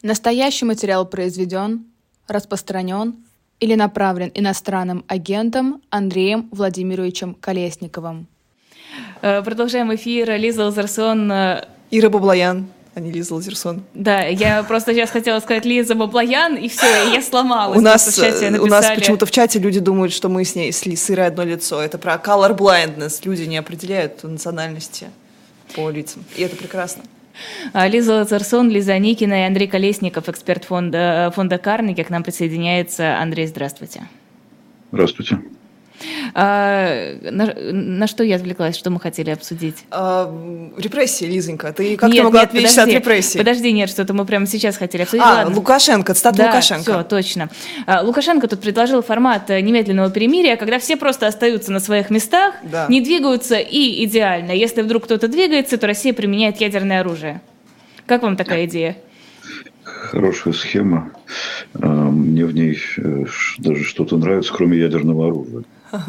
Настоящий материал произведен, распространен или направлен иностранным агентом Андреем Владимировичем Колесниковым. Продолжаем эфир. Лиза Лазерсон. Ира Баблоян, а не Лиза Лазерсон. Да, я просто сейчас хотела сказать Лиза Баблоян, и все, я сломалась. У нас почему-то в чате люди думают, что мы с Ирой одно лицо. Это про color blindness. Люди не определяют национальности по лицам. И это прекрасно. Лиза Лазерсон, Лиза Никина и Андрей Колесников, эксперт фонда Карнеги. К нам присоединяется. Андрей, здравствуйте. Здравствуйте. На что я отвлеклась, что мы хотели обсудить? Репрессии, Лизонька. Ты как-то могла отвлечься от репрессий? Подожди, нет, что-то мы прямо сейчас хотели обсудить. Лукашенко, цитата Лукашенко. Все, точно. Лукашенко тут предложил формат немедленного перемирия, когда все просто остаются на своих местах, не двигаются, и идеально. Если вдруг кто-то двигается, то Россия применяет ядерное оружие. Как вам такая идея? Хорошая схема. Мне в ней даже что-то нравится, кроме ядерного оружия.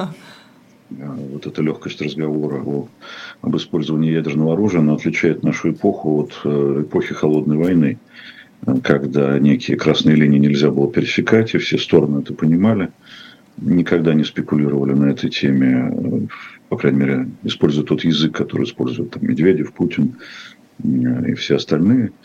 Вот эта легкость разговора об использовании ядерного оружия, она отличает нашу эпоху от эпохи Холодной войны, когда некие красные линии нельзя было пересекать, и все стороны это понимали, никогда не спекулировали на этой теме, по крайней мере, используя тот язык, который используют там Медведев, Путин и все остальные.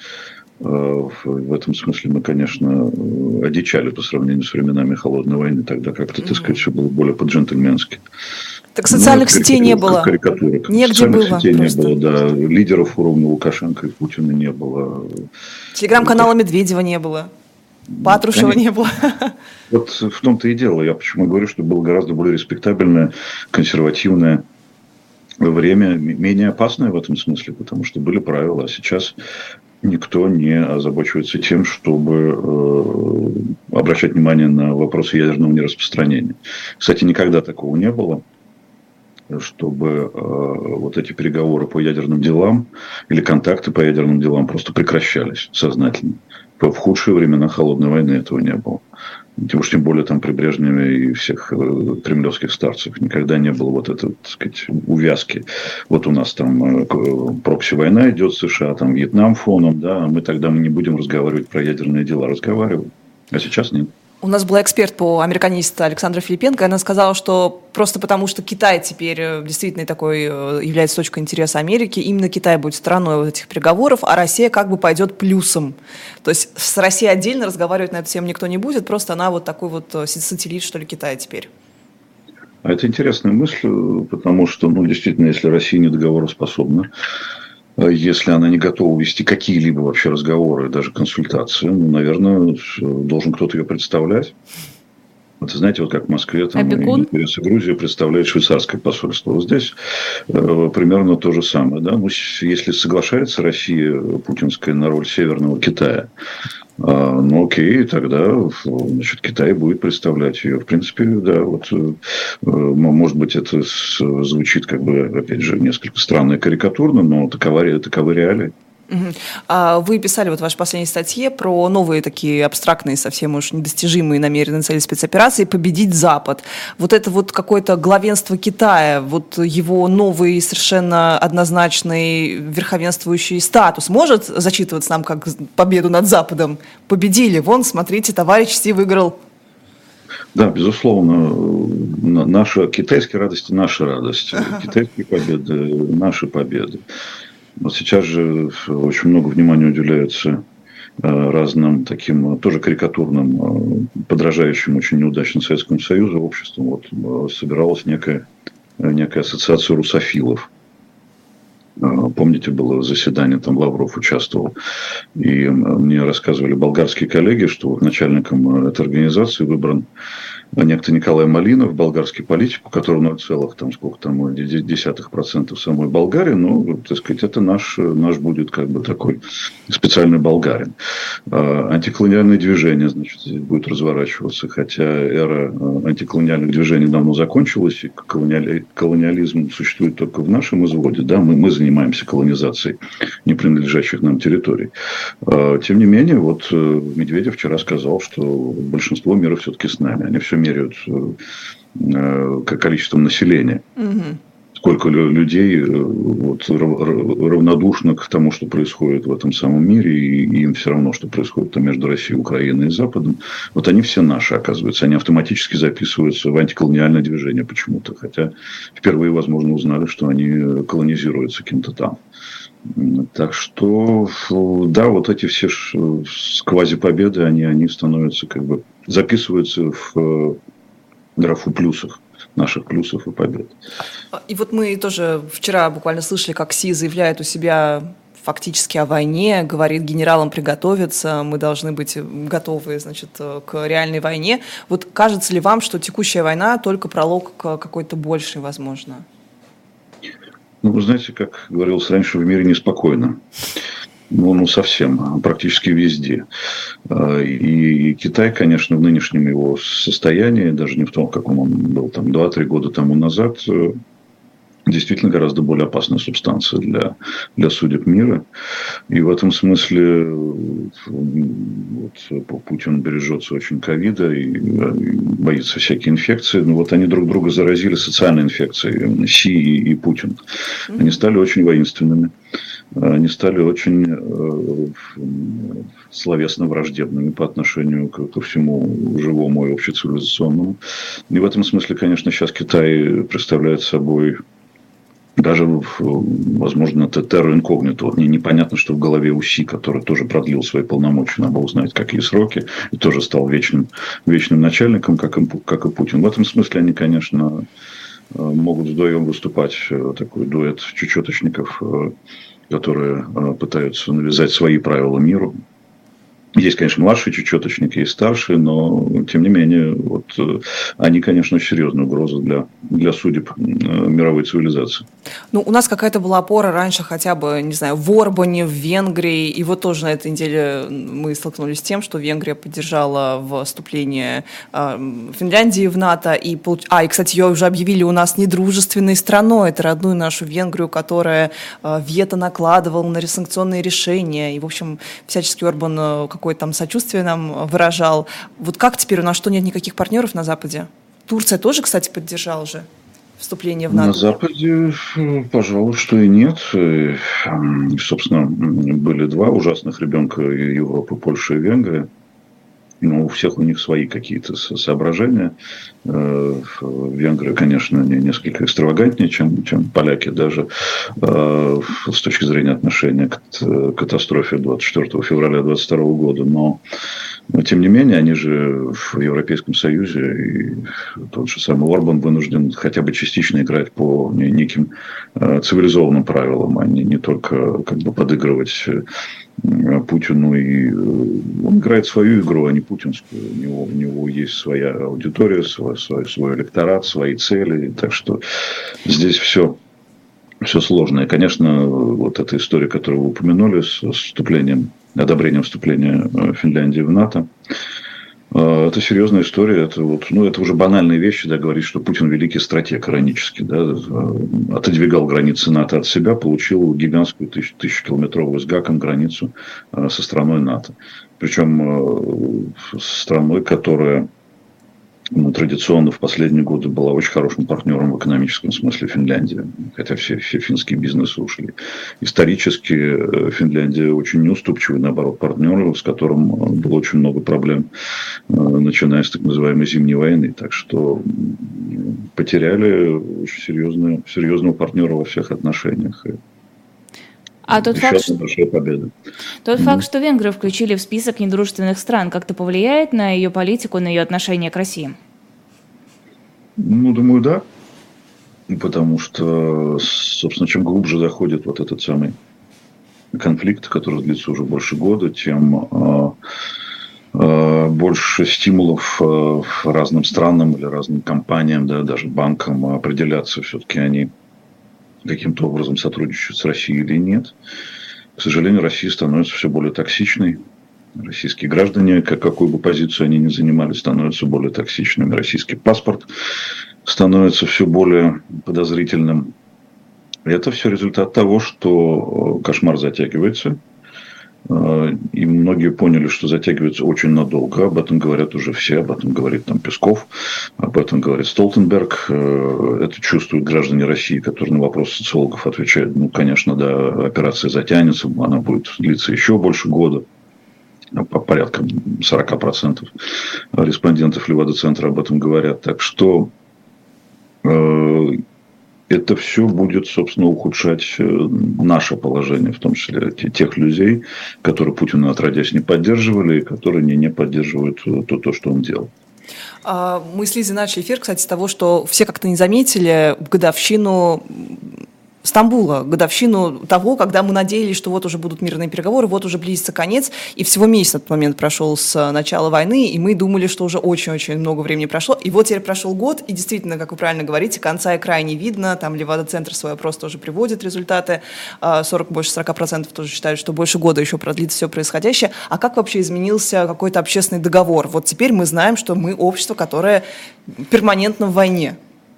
В этом смысле мы, конечно, одичали по сравнению с временами Холодной войны. Тогда как-то, так сказать, все было более по-джентльменски. Так социальных сетей не было. Негде социальных сетей не было, да. Лидеров уровня Лукашенко и Путина не было. Телеграм-канала Медведева не было. Патрушева не было. Вот в том-то и дело. Я почему говорю, что было гораздо более респектабельное, консервативное время, менее опасное в этом смысле, потому что были правила. А сейчас никто не озабочивается тем, чтобы обращать внимание на вопросы ядерного нераспространения. Кстати, никогда такого не было, чтобы вот эти переговоры по ядерным делам или контакты по ядерным делам просто прекращались сознательно. В худшие времена Холодной войны этого не было. Тем более там при Брежневе и всех кремлевских старцев никогда не было вот этой, так сказать, увязки. Вот у нас там прокси-война идет в США, там Вьетнам фоном, да, а мы тогда не будем разговаривать про ядерные дела. Разговариваем, а сейчас нет. У нас была эксперт по американист Александра Филипенко, и она сказала, что просто потому, что Китай теперь действительно такой является точкой интереса Америки, именно Китай будет стороной вот этих переговоров, а Россия как бы пойдет плюсом. То есть с Россией отдельно разговаривать на эту тему никто не будет, просто она вот такой вот сателлит, что ли, Китая теперь. А это интересная мысль, потому что, действительно, если Россия не договороспособна, если она не готова вести какие-либо вообще разговоры, даже консультации, наверное, должен кто-то ее представлять. Это, знаете, вот как в Москве там интересы Грузии представляет швейцарское посольство. Вот здесь примерно то же самое. Да? Если соглашается Россия путинская на роль Северного Китая, окей, тогда Китай будет представлять ее. В принципе, да, может быть, это звучит, опять же, несколько странно и карикатурно, но таковы реалии. Вы писали в вашей последней статье про новые такие абстрактные, совсем уж недостижимые намеренные цели спецоперации «Победить Запад». Вот это вот какое-то главенство Китая, вот его новый совершенно однозначный верховенствующий статус может зачитываться нам как победу над Западом? Победили, смотрите, товарищ Си выиграл. Да, безусловно, наша китайские радости – наша радость, китайские победы – наши победы. Вот сейчас же очень много внимания уделяется разным таким тоже карикатурным, подражающим очень неудачно Советскому Союзу обществом. Вот собиралась некая ассоциация русофилов. Помните, было заседание, там Лавров участвовал. И мне рассказывали болгарские коллеги, что вот начальником этой организации выбран некто Николай Малинов, болгарский политик, у которого 0,10% самой Болгарии, так сказать, это наш будет такой специальный болгарин. Антиколониальное движение, значит, будет разворачиваться, хотя эра антиколониальных движений давно закончилась, и колониализм существует только в нашем изводе, да, мы занимаемся колонизацией не принадлежащих нам территорий. Тем не менее, Медведев вчера сказал, что большинство мира все-таки с нами, они все меряют количеством населения. сколько людей вот, равнодушно к тому, что происходит в этом самом мире, и им все равно, что происходит там между Россией, Украиной и Западом. Вот они все наши, оказывается. Они автоматически записываются в антиколониальное движение почему-то. Хотя впервые, возможно, узнали, что они колонизируются кем-то там. Так что, да, вот эти все квазипобеды, они становятся как бы, записываются в графу плюсов. Наших плюсов и побед. И вот мы тоже вчера буквально слышали, как Си заявляет у себя фактически о войне, говорит генералам приготовиться, мы должны быть готовы, значит, к реальной войне. Вот кажется ли вам, что текущая война только пролог к какой-то большей, возможно? Ну, вы знаете, как говорилось раньше, в мире неспокойно. Ну, совсем, практически везде. И Китай, конечно, в нынешнем его состоянии, даже не в том, каком он был там 2-3 года тому назад, действительно гораздо более опасная субстанция для судеб мира. И в этом смысле вот, Путин бережется очень ковида и боится всякие инфекции. Но вот они друг друга заразили социальной инфекцией, Си и Путин. Они стали очень воинственными. Они стали очень словесно враждебными по отношению ко всему живому и общецивилизационному. И в этом смысле, конечно, сейчас Китай представляет собой даже, возможно, терра инкогнито. Вот мне непонятно, что в голове у Си, который тоже продлил свои полномочия на бог знает какие сроки, и тоже стал вечным начальником, как и Путин. В этом смысле они, конечно, могут вдвоем выступать, такой дуэт чечеточников, которые пытаются навязать свои правила миру. Есть, конечно, младшие чечеточники, есть старшие, но, тем не менее, вот, они, конечно, очень серьезная угроза для судеб мировой цивилизации. Ну, у нас какая-то была опора раньше хотя бы, не знаю, в Орбане, в Венгрии, и вот тоже на этой неделе мы столкнулись с тем, что Венгрия поддержала вступление Финляндии в НАТО, и, кстати, ее уже объявили у нас недружественной страной, это родную нашу Венгрию, которая вето накладывала на санкционные решения, и, в общем, всячески Орбан какое-то там сочувствие нам выражал. Вот как теперь? У нас что, нет никаких партнеров на Западе? Турция тоже, кстати, поддержала же вступление в НАТО. На Западе, пожалуй, что и нет. И, собственно, были два ужасных ребенка Европы, Польша и Венгрия. Но у всех у них свои какие-то соображения. Венгры, конечно, несколько экстравагантнее, чем поляки, даже с точки зрения отношения к катастрофе 24 февраля 2022 года. Но, тем не менее, они же в Европейском Союзе, и тот же самый Орбан вынужден хотя бы частично играть по неким цивилизованным правилам, а не только как бы подыгрывать Путину, и он играет свою игру, а не путинскую. У него есть своя аудитория, свой электорат, свои цели. Так что здесь все сложно. И, конечно, вот эта история, которую вы упомянули, с одобрением вступления Финляндии в НАТО, это серьезная история. Это уже банальные вещи, да, говорить, что Путин великий стратег, иронически, да, отодвигал границы НАТО от себя, получил гигантскую тысячекилометровую с гаком границу со страной НАТО. Причем страной, которая традиционно в последние годы была очень хорошим партнером в экономическом смысле Финляндия, хотя все финские бизнесы ушли. Исторически Финляндия очень неуступчивый, наоборот, партнер, с которым было очень много проблем, начиная с так называемой Зимней войны. Так что потеряли очень серьезного партнера во всех отношениях. А тот факт, что Венгрию включили в список недружественных стран, как-то повлияет на ее политику, на ее отношение к России? Ну, думаю, да. Потому что, собственно, чем глубже заходит вот этот самый конфликт, который длится уже больше года, тем больше стимулов разным странам или разным компаниям, да, даже банкам определяться, все-таки они каким-то образом сотрудничают с Россией или нет. К сожалению, Россия становится все более токсичной. Российские граждане, какую бы позицию они ни занимали, становятся более токсичными. Российский паспорт становится все более подозрительным. И это все результат того, что кошмар затягивается. И многие поняли, что затягивается очень надолго. Об этом говорят уже все, об этом говорит там Песков, об этом говорит Столтенберг. Это чувствуют граждане России, которые на вопросы социологов отвечают: ну, конечно, да, операция затянется, она будет длиться еще больше года. По порядка 40% респондентов Левада-центра об этом говорят. Так что это все будет, собственно, ухудшать наше положение, в том числе тех людей, которые Путина отродясь не поддерживали, и которые не поддерживают то, что он делал. Мы с Лизой начали эфир, кстати, с того, что все как-то не заметили годовщину Стамбула, годовщину того, когда мы надеялись, что вот уже будут мирные переговоры, вот уже близится конец, и всего месяц этот момент прошел с начала войны, и мы думали, что уже очень-очень много времени прошло, и вот теперь прошел год, и действительно, как вы правильно говорите, конца и края не видно, там Левада-центр свой опрос тоже приводит результаты, больше 40% тоже считают, что больше года еще продлится все происходящее. А как вообще изменился какой-то общественный договор? Вот теперь мы знаем, что мы общество, которое перманентно в войне.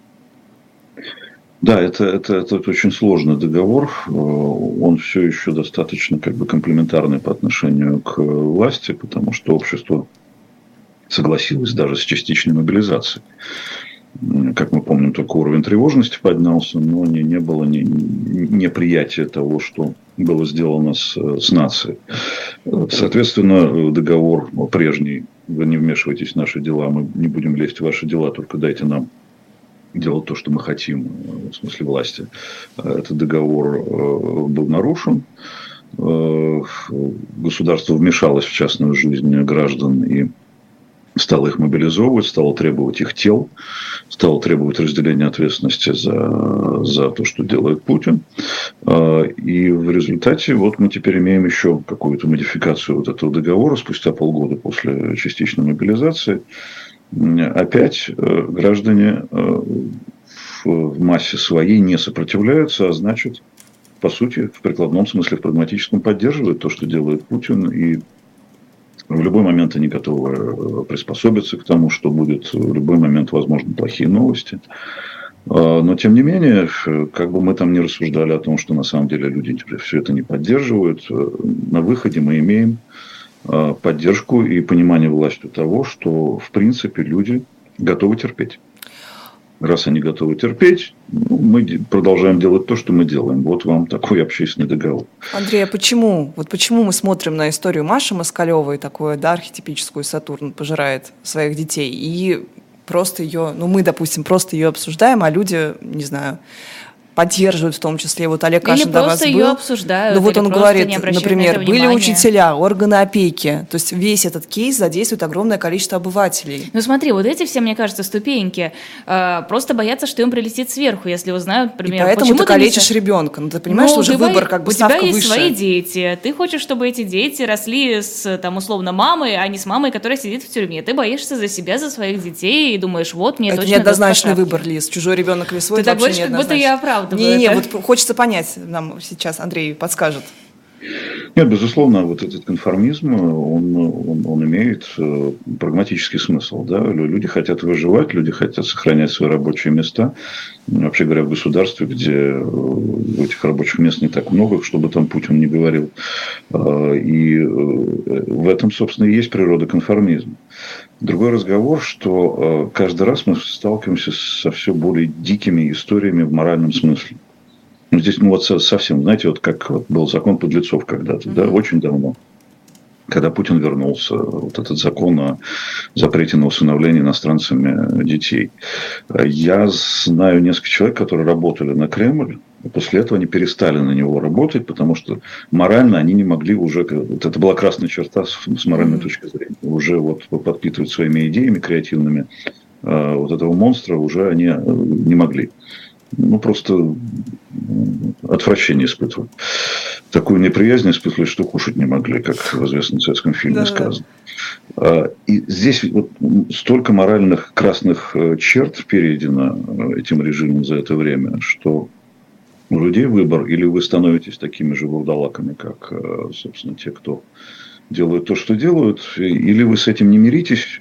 Да, это очень сложный договор. Он все еще достаточно комплементарный по отношению к власти, потому что общество согласилось даже с частичной мобилизацией. Как мы помним, только уровень тревожности поднялся, но не было неприятия того, что было сделано с нацией. Соответственно, договор прежний: вы не вмешивайтесь в наши дела, мы не будем лезть в ваши дела, только дайте нам делать то, что мы хотим, в смысле власти. Этот договор был нарушен. Государство вмешалось в частную жизнь граждан и стало их мобилизовывать, стало требовать их тел, стало требовать разделения ответственности за то, что делает Путин. И в результате вот мы теперь имеем еще какую-то модификацию вот этого договора спустя полгода после частичной мобилизации. Опять граждане в массе своей не сопротивляются, а значит, по сути, в прикладном смысле, в прагматическом поддерживают то, что делает Путин, и в любой момент они готовы приспособиться к тому, что будет, в любой момент, возможно, плохие новости. Но, тем не менее, как бы мы там ни рассуждали о том, что на самом деле люди все это не поддерживают, на выходе мы имеем поддержку и понимание властью того, что, в принципе, люди готовы терпеть. Раз они готовы терпеть, мы продолжаем делать то, что мы делаем. Вот вам такой общественный договор. Андрей, а почему? Вот почему мы смотрим на историю Маши Москалевой, такую, да, архетипическую, Сатурн пожирает своих детей, и просто ее, мы, допустим, просто ее обсуждаем, а люди, не знаю, поддерживают, в том числе вот Олег Кашин до вас был. Или просто ее обсуждают. Ну вот он говорит, например, были учителя, органы опеки. То есть весь этот кейс задействует огромное количество обывателей. Ну смотри, вот эти все, мне кажется, ступеньки просто боятся, что им прилетит сверху, если узнают, например, и поэтому ты калечишь ребенка. Ну ты понимаешь, что уже выбор ставка выше. У тебя есть свои дети. Ты хочешь, чтобы эти дети росли с, условно, мамой, а не с мамой, которая сидит в тюрьме. Ты боишься за себя, за своих детей и думаешь, вот, мне это точно неоднозначный выбор, Лиз. Чужой ребенок или свой, это вообще неоднозначно. Ты так говоришь, как будто я оправдываю. Не, вот хочется понять, нам сейчас Андрей подскажет. Нет, безусловно, вот этот конформизм, он имеет прагматический смысл. Да? Люди хотят выживать, люди хотят сохранять свои рабочие места. Вообще говоря, в государстве, где этих рабочих мест не так много, чтобы там Путин не говорил. И в этом, собственно, и есть природа конформизма. Другой разговор, что каждый раз мы сталкиваемся со все более дикими историями в моральном смысле. Здесь совсем, знаете, вот как был закон подлецов когда-то, да, очень давно, когда Путин вернулся, вот этот закон о запрете на усыновление иностранцами детей. Я знаю несколько человек, которые работали на Кремль, и после этого они перестали на него работать, потому что морально они не могли уже, вот это была красная черта с моральной точки зрения, уже вот подпитывать своими идеями креативными вот этого монстра уже они не могли. Просто отвращение испытывали. Такую неприязнь испытывали, что кушать не могли, как в известном советском фильме сказано. И здесь вот столько моральных красных черт перейдено этим режимом за это время, что у людей выбор: или вы становитесь такими же вурдалаками, как, собственно, те, кто делают то, что делают, или вы с этим не миритесь,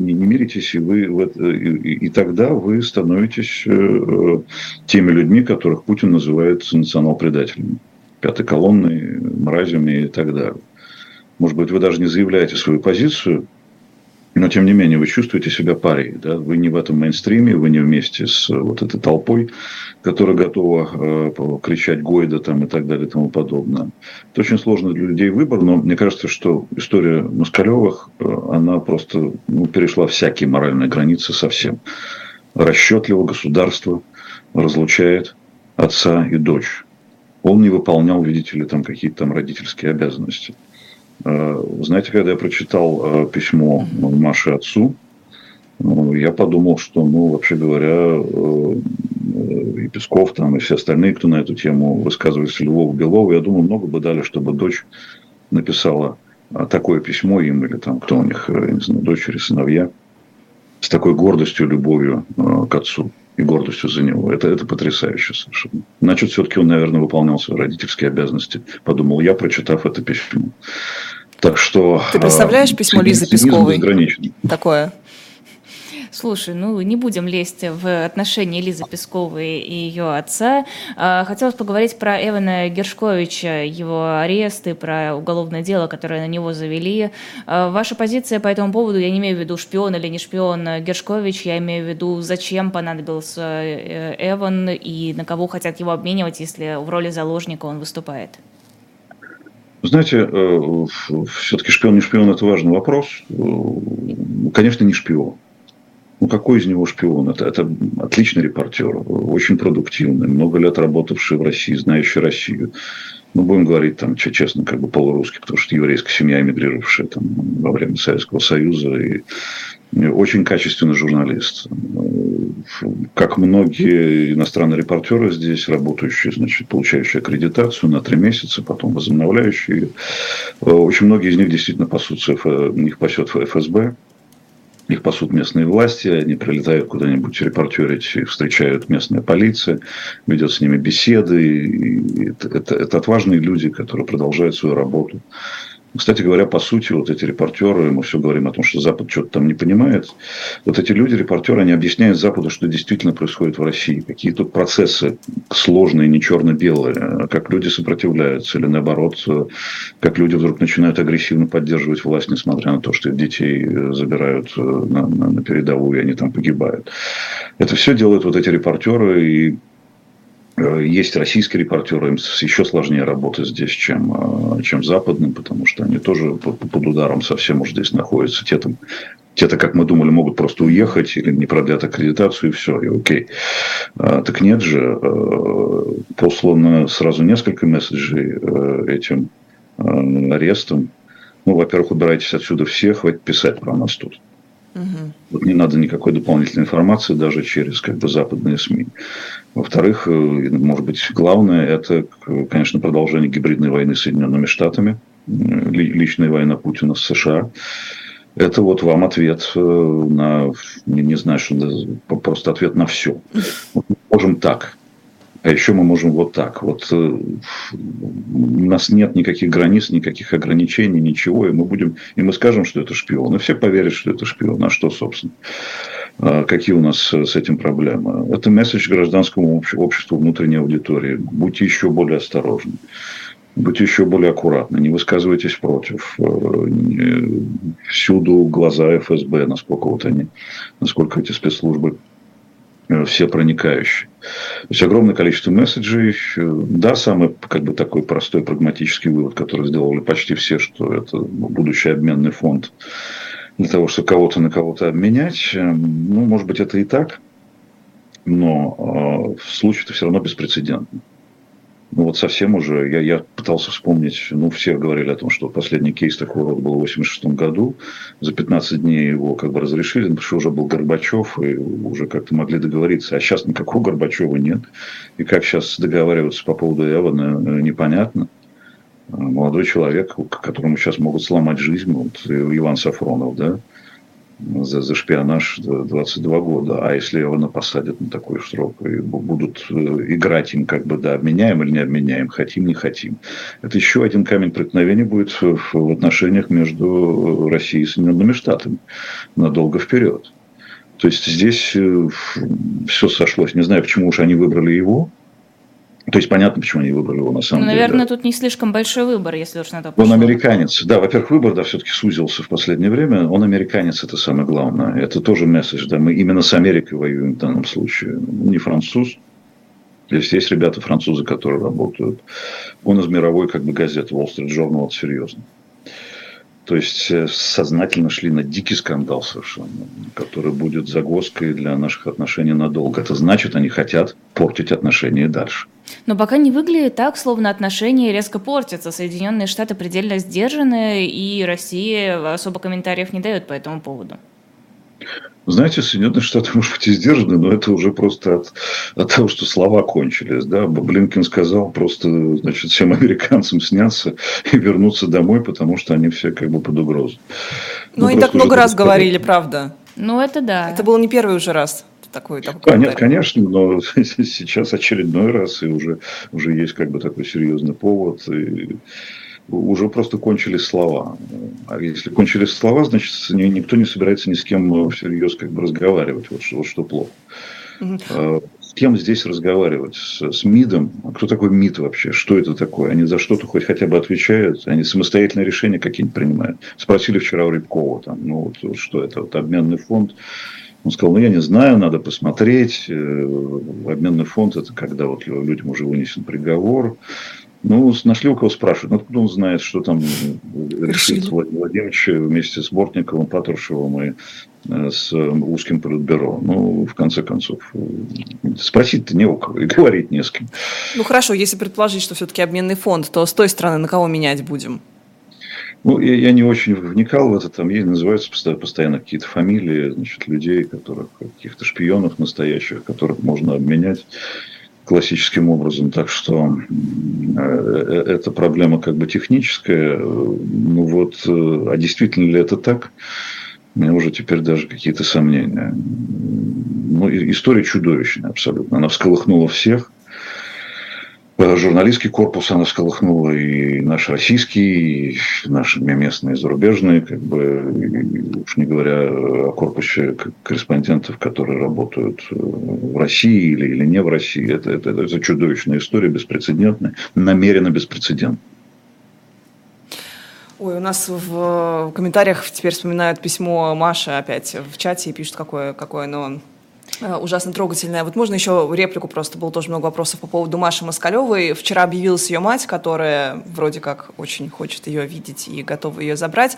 и тогда вы становитесь теми людьми, которых Путин называет национал-предателями, пятой колонной, мразями и так далее. может быть, вы даже не заявляете свою позицию, но, тем не менее, вы чувствуете себя парией. Да? Вы не в этом мейнстриме, вы не вместе с вот этой толпой, которая готова кричать Гойда там, и так далее и тому подобное. Это очень сложный для людей выбор, но мне кажется, что история Москалевых, она просто перешла всякие моральные границы совсем. Расчетливо государство разлучает отца и дочь. Он не выполнял, видите ли, там какие-то там родительские обязанности. Знаете, когда я прочитал письмо Маши отцу, я подумал, что, вообще говоря, и Песков, там, и все остальные, кто на эту тему высказывается, Львов, Белов, я думаю, много бы дали, чтобы дочь написала такое письмо им, или там, кто у них, я не знаю, дочери, сыновья, с такой гордостью, любовью к отцу и гордостью за него. Это потрясающе совершенно. Значит, все-таки он, наверное, выполнял свои родительские обязанности, подумал я, прочитав это письмо. Так что... Ты представляешь письмо Лизы Песковой? Такое? Слушай, не будем лезть в отношения Лизы Песковой и ее отца. Хотелось поговорить про Эвана Гершковича, его арест и про уголовное дело, которое на него завели. Ваша позиция по этому поводу, я не имею в виду, шпион или не шпион Гершкович, я имею в виду, зачем понадобился Эван и на кого хотят его обменивать, если в роли заложника он выступает? Знаете, все-таки шпион, не шпион – это важный вопрос. Конечно, не шпион. Какой из него шпион? Это отличный репортер, очень продуктивный, много лет работавший в России, знающий Россию. Будем говорить там, честно, как бы полурусский, потому что еврейская семья, эмигрировавшая там во время Советского Союза, и очень качественный журналист. Как многие иностранные репортеры здесь, работающие, значит, получающие аккредитацию на 3 месяца, потом возобновляющие. Очень многие из них действительно пасутся, их пасет ФСБ. Их пасут местные власти, они прилетают куда-нибудь репортерить, их встречают местная полиция, ведет с ними беседы. Это отважные люди, которые продолжают свою работу. Кстати говоря, по сути, вот эти репортеры, мы все говорим о том, что Запад что-то там не понимает. Вот эти люди, репортеры, они объясняют Западу, что действительно происходит в России. Какие тут процессы сложные, не черно-белые. Как люди сопротивляются. Или наоборот, как люди вдруг начинают агрессивно поддерживать власть, несмотря на то, что их детей забирают на передовую, и они там погибают. Это все делают вот эти репортеры. И есть российские репортеры, им еще сложнее работать здесь, чем западным, потому что они тоже под ударом совсем уже здесь находятся. Те-то, как мы думали, могут просто уехать или не продлят аккредитацию, и все, и окей. Так нет же, послано сразу несколько месседжей этим арестом. Во-первых, убирайтесь отсюда все, хватит писать про нас тут. Вот не надо никакой дополнительной информации даже через западные СМИ. Во-вторых, может быть, главное, это, конечно, продолжение гибридной войны с Соединенными Штатами, личная война Путина с США. Это вот вам ответ на, не знаю, что просто ответ на все. Мы можем так. А еще мы можем вот так. Вот у нас нет никаких границ, никаких ограничений, ничего. И мы скажем, что это шпион. И все поверят, что это шпион. А что, собственно? Какие у нас с этим проблемы? Это месседж гражданскому обществу, внутренней аудитории. Будьте еще более осторожны. Будьте еще более аккуратны. Не высказывайтесь против. Всюду глаза ФСБ, насколько эти спецслужбы все проникающие. То есть огромное количество месседжей. Да, самый такой простой прагматический вывод, который сделали почти все, что это будущий обменный фонд для того, чтобы кого-то на кого-то обменять. Может быть, это и так, но случай-то все равно беспрецедентный. Совсем уже, я пытался вспомнить, все говорили о том, что последний кейс такого рода был в 1986 году. За 15 дней его разрешили, потому что уже был Горбачев, и уже как-то могли договориться. А сейчас никакого Горбачева нет. И как сейчас договариваться по поводу Эвана, непонятно. Молодой человек, которому сейчас могут сломать жизнь, Иван Сафронов, да, за шпионаж 22 года. А если Эвана посадят на такой срок и будут играть им обменяем или не обменяем, хотим, не хотим. Это еще один камень преткновения будет в отношениях между Россией и Соединенными Штатами надолго вперед. То есть здесь все сошлось. Не знаю, почему уж они выбрали его. То есть понятно, почему они выбрали его на самом деле. Наверное, да. тут не слишком большой выбор, если уж на то пошло. Он американец. Да, во-первых, выбор, да, все-таки сузился в последнее время. Он американец, это самое главное. Это тоже месседж, да, мы именно с Америкой воюем в данном случае. Не француз. Есть ребята, французы, которые работают. Он из мировой как бы газеты Wall Street Journal, это серьезно. То есть сознательно шли на дикий скандал совершенно, который будет загвоздкой для наших отношений надолго. Это значит, они хотят портить отношения дальше. Но пока не выглядит так, словно отношения резко портятся. Соединенные Штаты предельно сдержаны, и Россия особо комментариев не дает по этому поводу. Знаете, Соединенные Штаты, может быть, и сдержаны, но это уже просто от того, что слова кончились. Да? Блинкен сказал просто, значит, всем американцам сняться и вернуться домой, потому что они все как бы под угрозой. Ну, они так много раз говорили, правда. Ну, это да. Это был не первый уже раз. Такой нет, конечно, но сейчас очередной раз, и уже есть как бы такой серьезный повод, и уже просто кончились слова. А если кончились слова, значит, никто не собирается ни с кем всерьез как бы разговаривать. Вот что плохо. С кем здесь разговаривать? С МИДом? А кто такой МИД вообще? Что это такое? Они за что-то хоть хотя бы отвечают? Они самостоятельные решения какие-нибудь принимают? Спросили вчера у Рябкова, вот что это, обменный фонд. Он сказал, я не знаю, надо посмотреть. Обменный фонд – это когда вот людям уже вынесен приговор. Нашли у кого спрашивать. Откуда он знает, что там решит Владимир Владимирович вместе с Бортниковым, Патрушевым и с узким политбюро. В конце концов, спросить-то не у кого и говорить не с кем. Хорошо, если предположить, что все-таки обменный фонд, то с той стороны на кого менять будем? Я не очень вникал в это, там называются постоянно какие-то фамилии, значит, людей, каких-то шпионов настоящих, которых можно обменять классическим образом. Так что это проблема как бы техническая. А действительно ли это так? У меня уже теперь даже какие-то сомнения. История чудовищная абсолютно. Она всколыхнула всех. Журналистский корпус она всколыхнула, и наш российский, и наши местные, зарубежные, уж не говоря о корпусе корреспондентов, которые работают в России или не в России. Это чудовищная история, беспрецедентная, намеренно беспрецедентная. Ой, у нас в комментариях теперь вспоминают письмо Маши опять в чате и пишут, какое оно ужасно трогательная. Можно еще реплику, просто было тоже много вопросов по поводу Маши Москалевой. Вчера объявилась ее мать, которая вроде как очень хочет ее видеть и готова ее забрать.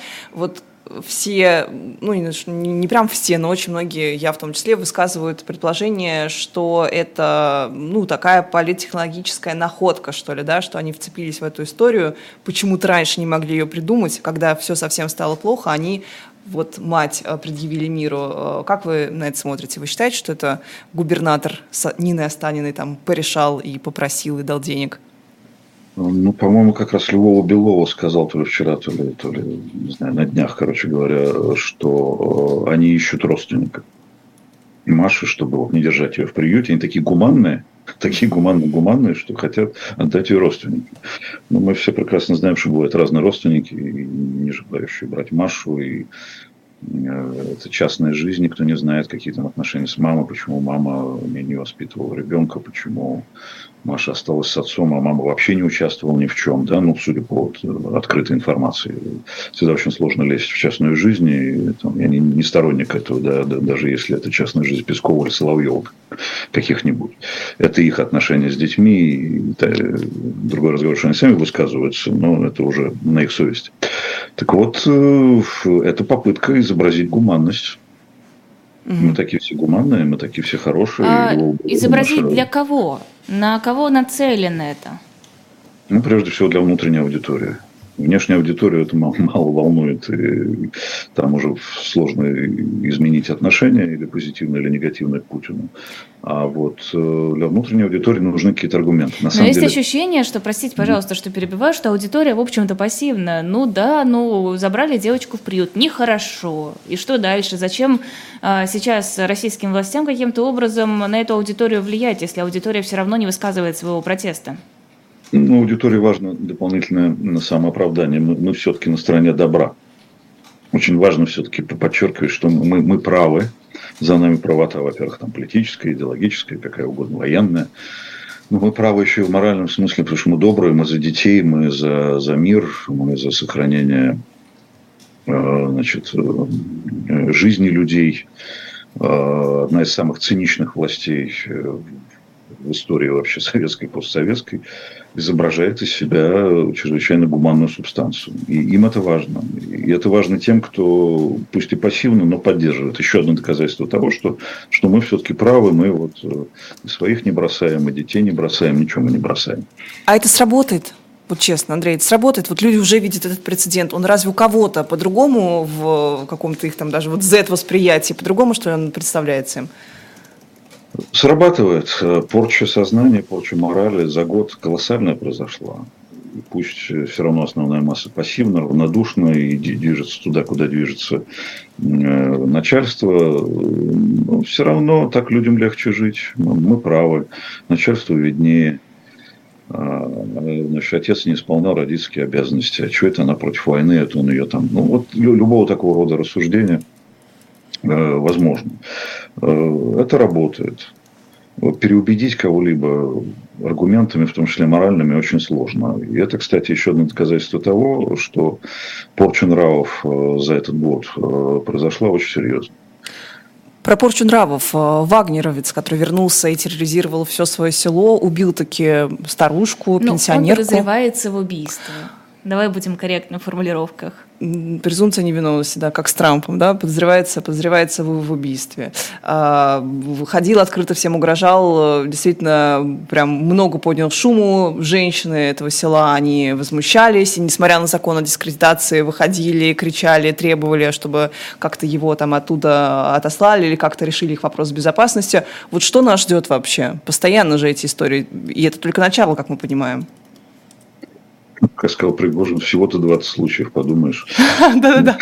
Все, не прям все, но очень многие, я в том числе, высказывают предположение, что это, такая политтехнологическая находка, что ли, да, что они вцепились в эту историю, почему-то раньше не могли ее придумать, когда все совсем стало плохо, они мать предъявили миру. Как вы на это смотрите? Вы считаете, что это губернатор Нины Останиной там порешал и попросил, и дал денег? По-моему, как раз Львова Белова сказал то ли вчера, то ли, не знаю, на днях, говоря, что они ищут родственников Маши, чтобы не держать ее в приюте. Они такие гуманные, что хотят отдать ее родственникам. Мы все прекрасно знаем, что бывают разные родственники, и не желающие брать Машу, и это частная жизнь, никто не знает, какие там отношения с мамой, почему мама не воспитывала ребенка, почему Маша осталась с отцом, а мама вообще не участвовала ни в чем, да, судя по открытой информации. Всегда очень сложно лезть в частную жизнь, и я не сторонник этого, да, даже если это частная жизнь Пескова или Соловьева каких-нибудь. Это их отношения с детьми, и другой разговор, что они сами высказываются, но это уже на их совести. Так это попытка изобразить гуманность. Мы такие все гуманные, мы такие все хорошие. Изобразить для кого? На кого нацелено это? Прежде всего для внутренней аудитории. Внешнюю аудиторию это мало волнует, и там уже сложно изменить отношения, или позитивные, или негативные к Путину. А для внутренней аудитории нужны какие-то аргументы. Но есть ощущение, что, простите, пожалуйста, что перебиваю, что аудитория, в общем-то, пассивна. Забрали девочку в приют, нехорошо. И что дальше? Зачем сейчас российским властям каким-то образом на эту аудиторию влиять, если аудитория все равно не высказывает своего протеста? Аудитории важно дополнительное самооправдание. Мы все-таки на стороне добра. Очень важно все-таки подчеркивать, что мы правы. За нами правота, во-первых, политическая, идеологическая, какая угодно, военная. Ну, мы правы еще и в моральном смысле, потому что мы добрые, мы за детей, мы за мир, мы за сохранение жизни людей. Одна из самых циничных властей в истории вообще советской и постсоветской изображает из себя чрезвычайно гуманную субстанцию. И им это важно. И это важно тем, кто, пусть и пассивно, но поддерживает. Еще одно доказательство того, что мы все-таки правы, мы вот и своих не бросаем, и детей не бросаем, ничего мы не бросаем. А это сработает? Вот честно, Андрей, это сработает? Вот люди уже видят этот прецедент. Он разве у кого-то по-другому в каком-то их там даже вот Z-восприятии, по-другому, что ли, он представляется им? Срабатывает. Порча сознания, порча морали за год колоссальная произошла. И пусть все равно основная масса пассивна, равнодушна и движется туда, куда движется начальство. Но все равно так людям легче жить. Мы правы. Начальству виднее. Значит, отец не исполнял родительские обязанности. А что это она против войны? Это он ее там... Ну, вот любого такого рода рассуждения возможно. Это работает. Переубедить кого-либо аргументами, в том числе моральными, очень сложно. И это, кстати, еще одно доказательство того, что порча нравов за этот год произошла очень серьезно. Про порчу нравов. Вагнеровец, который вернулся и терроризировал все свое село, убил таки старушку, пенсионерку. Он подозревается в убийстве. Давай будем корректны в формулировках. Презумпция невиновности, да, как с Трампом, да, подозревается в убийстве. Ходил открыто, всем угрожал, действительно, прям много поднял шуму. Женщины этого села, они возмущались, и, несмотря на закон о дискредитации, выходили, кричали, требовали, чтобы как-то его там оттуда отослали или как-то решили их вопрос с безопасностью. Вот что нас ждет вообще? Постоянно же эти истории, и это только начало, как мы понимаем. Как сказал Пригожин, всего-то 20 случаев, подумаешь. Да-да-да.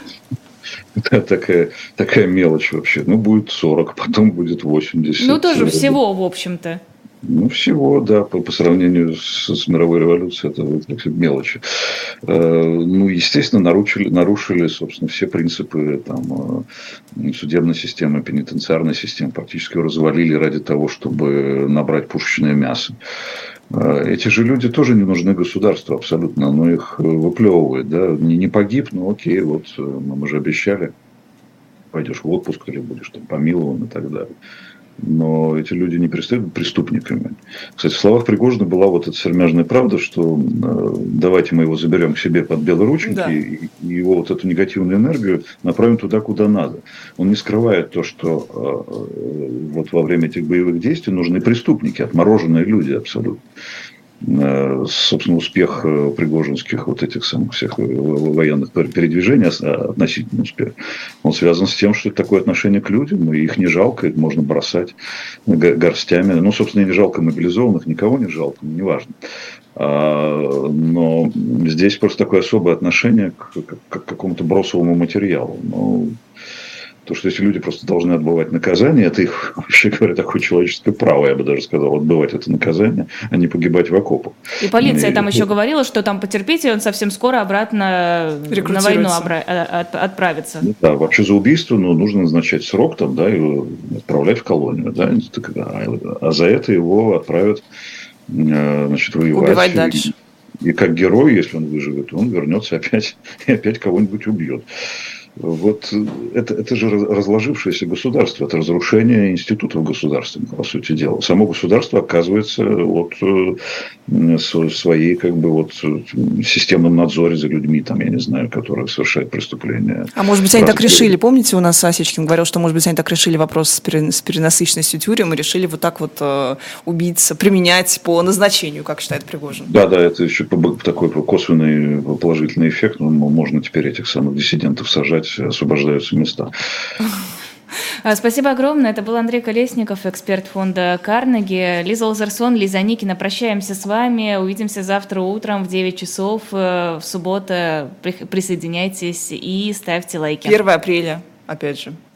Такая мелочь вообще. Ну, будет 40, потом будет 80. Ну, тоже всего, в общем-то. Ну, всего, да, по сравнению с мировой революцией, это мелочи. Ну, естественно, нарушили, собственно, все принципы там, судебной системы, пенитенциарной системы, фактически развалили ради того, чтобы набрать пушечное мясо. Эти же люди тоже не нужны государству абсолютно, оно их выплевывает, да, не погиб, ну окей, вот мы же обещали, пойдешь в отпуск или будешь там помилован и так далее. Но эти люди не перестают быть преступниками. Кстати, в словах Пригожина была вот эта сермяжная правда, что давайте мы его заберем к себе под белые рученьки, да, и его вот эту негативную энергию направим туда, куда надо. Он не скрывает то, что вот во время этих боевых действий нужны преступники, отмороженные люди абсолютно. Собственно, успех пригожинских вот этих самых всех военных передвижений, относительный успех, он связан с тем, что это такое отношение к людям, и их не жалко, их можно бросать горстями. Ну, собственно, и не жалко мобилизованных, никого не жалко, неважно. Но здесь просто такое особое отношение к какому-то бросовому материалу. Ну, то, что эти люди просто должны отбывать наказание, это их, вообще говоря, такое человеческое право, я бы даже сказал, отбывать это наказание, а не погибать в окопах. И полиция там еще говорила, что там потерпите, он совсем скоро обратно на войну отправится. Да, вообще за убийство нужно назначать срок там, да, и отправлять в колонию. Да, а за это его отправят, значит, воевать. Убивать дальше. И как герой, если он выживет, он вернется опять и опять кого-нибудь убьет. Вот это же разложившееся государство, это разрушение институтов государственных, по сути дела. Само государство оказывается от своей как бы вот системном надзоре за людьми, там, я не знаю, которые совершают преступления. А может быть, они так решили? Помните, у нас Осечкин говорил, что, может быть, они так решили вопрос с перенасыщенностью тюрем и решили вот так вот убийц применять по назначению, как считает Пригожин? Да, это еще такой косвенный положительный эффект. Можно теперь этих самых диссидентов сажать, освобождаются места. Спасибо огромное. Это был Андрей Колесников, эксперт фонда Карнеги. Лиза Лазарсон, Лиза Никина. Прощаемся с вами. Увидимся завтра утром в 9 часов. В субботу присоединяйтесь и ставьте лайки. 1 апреля, опять же.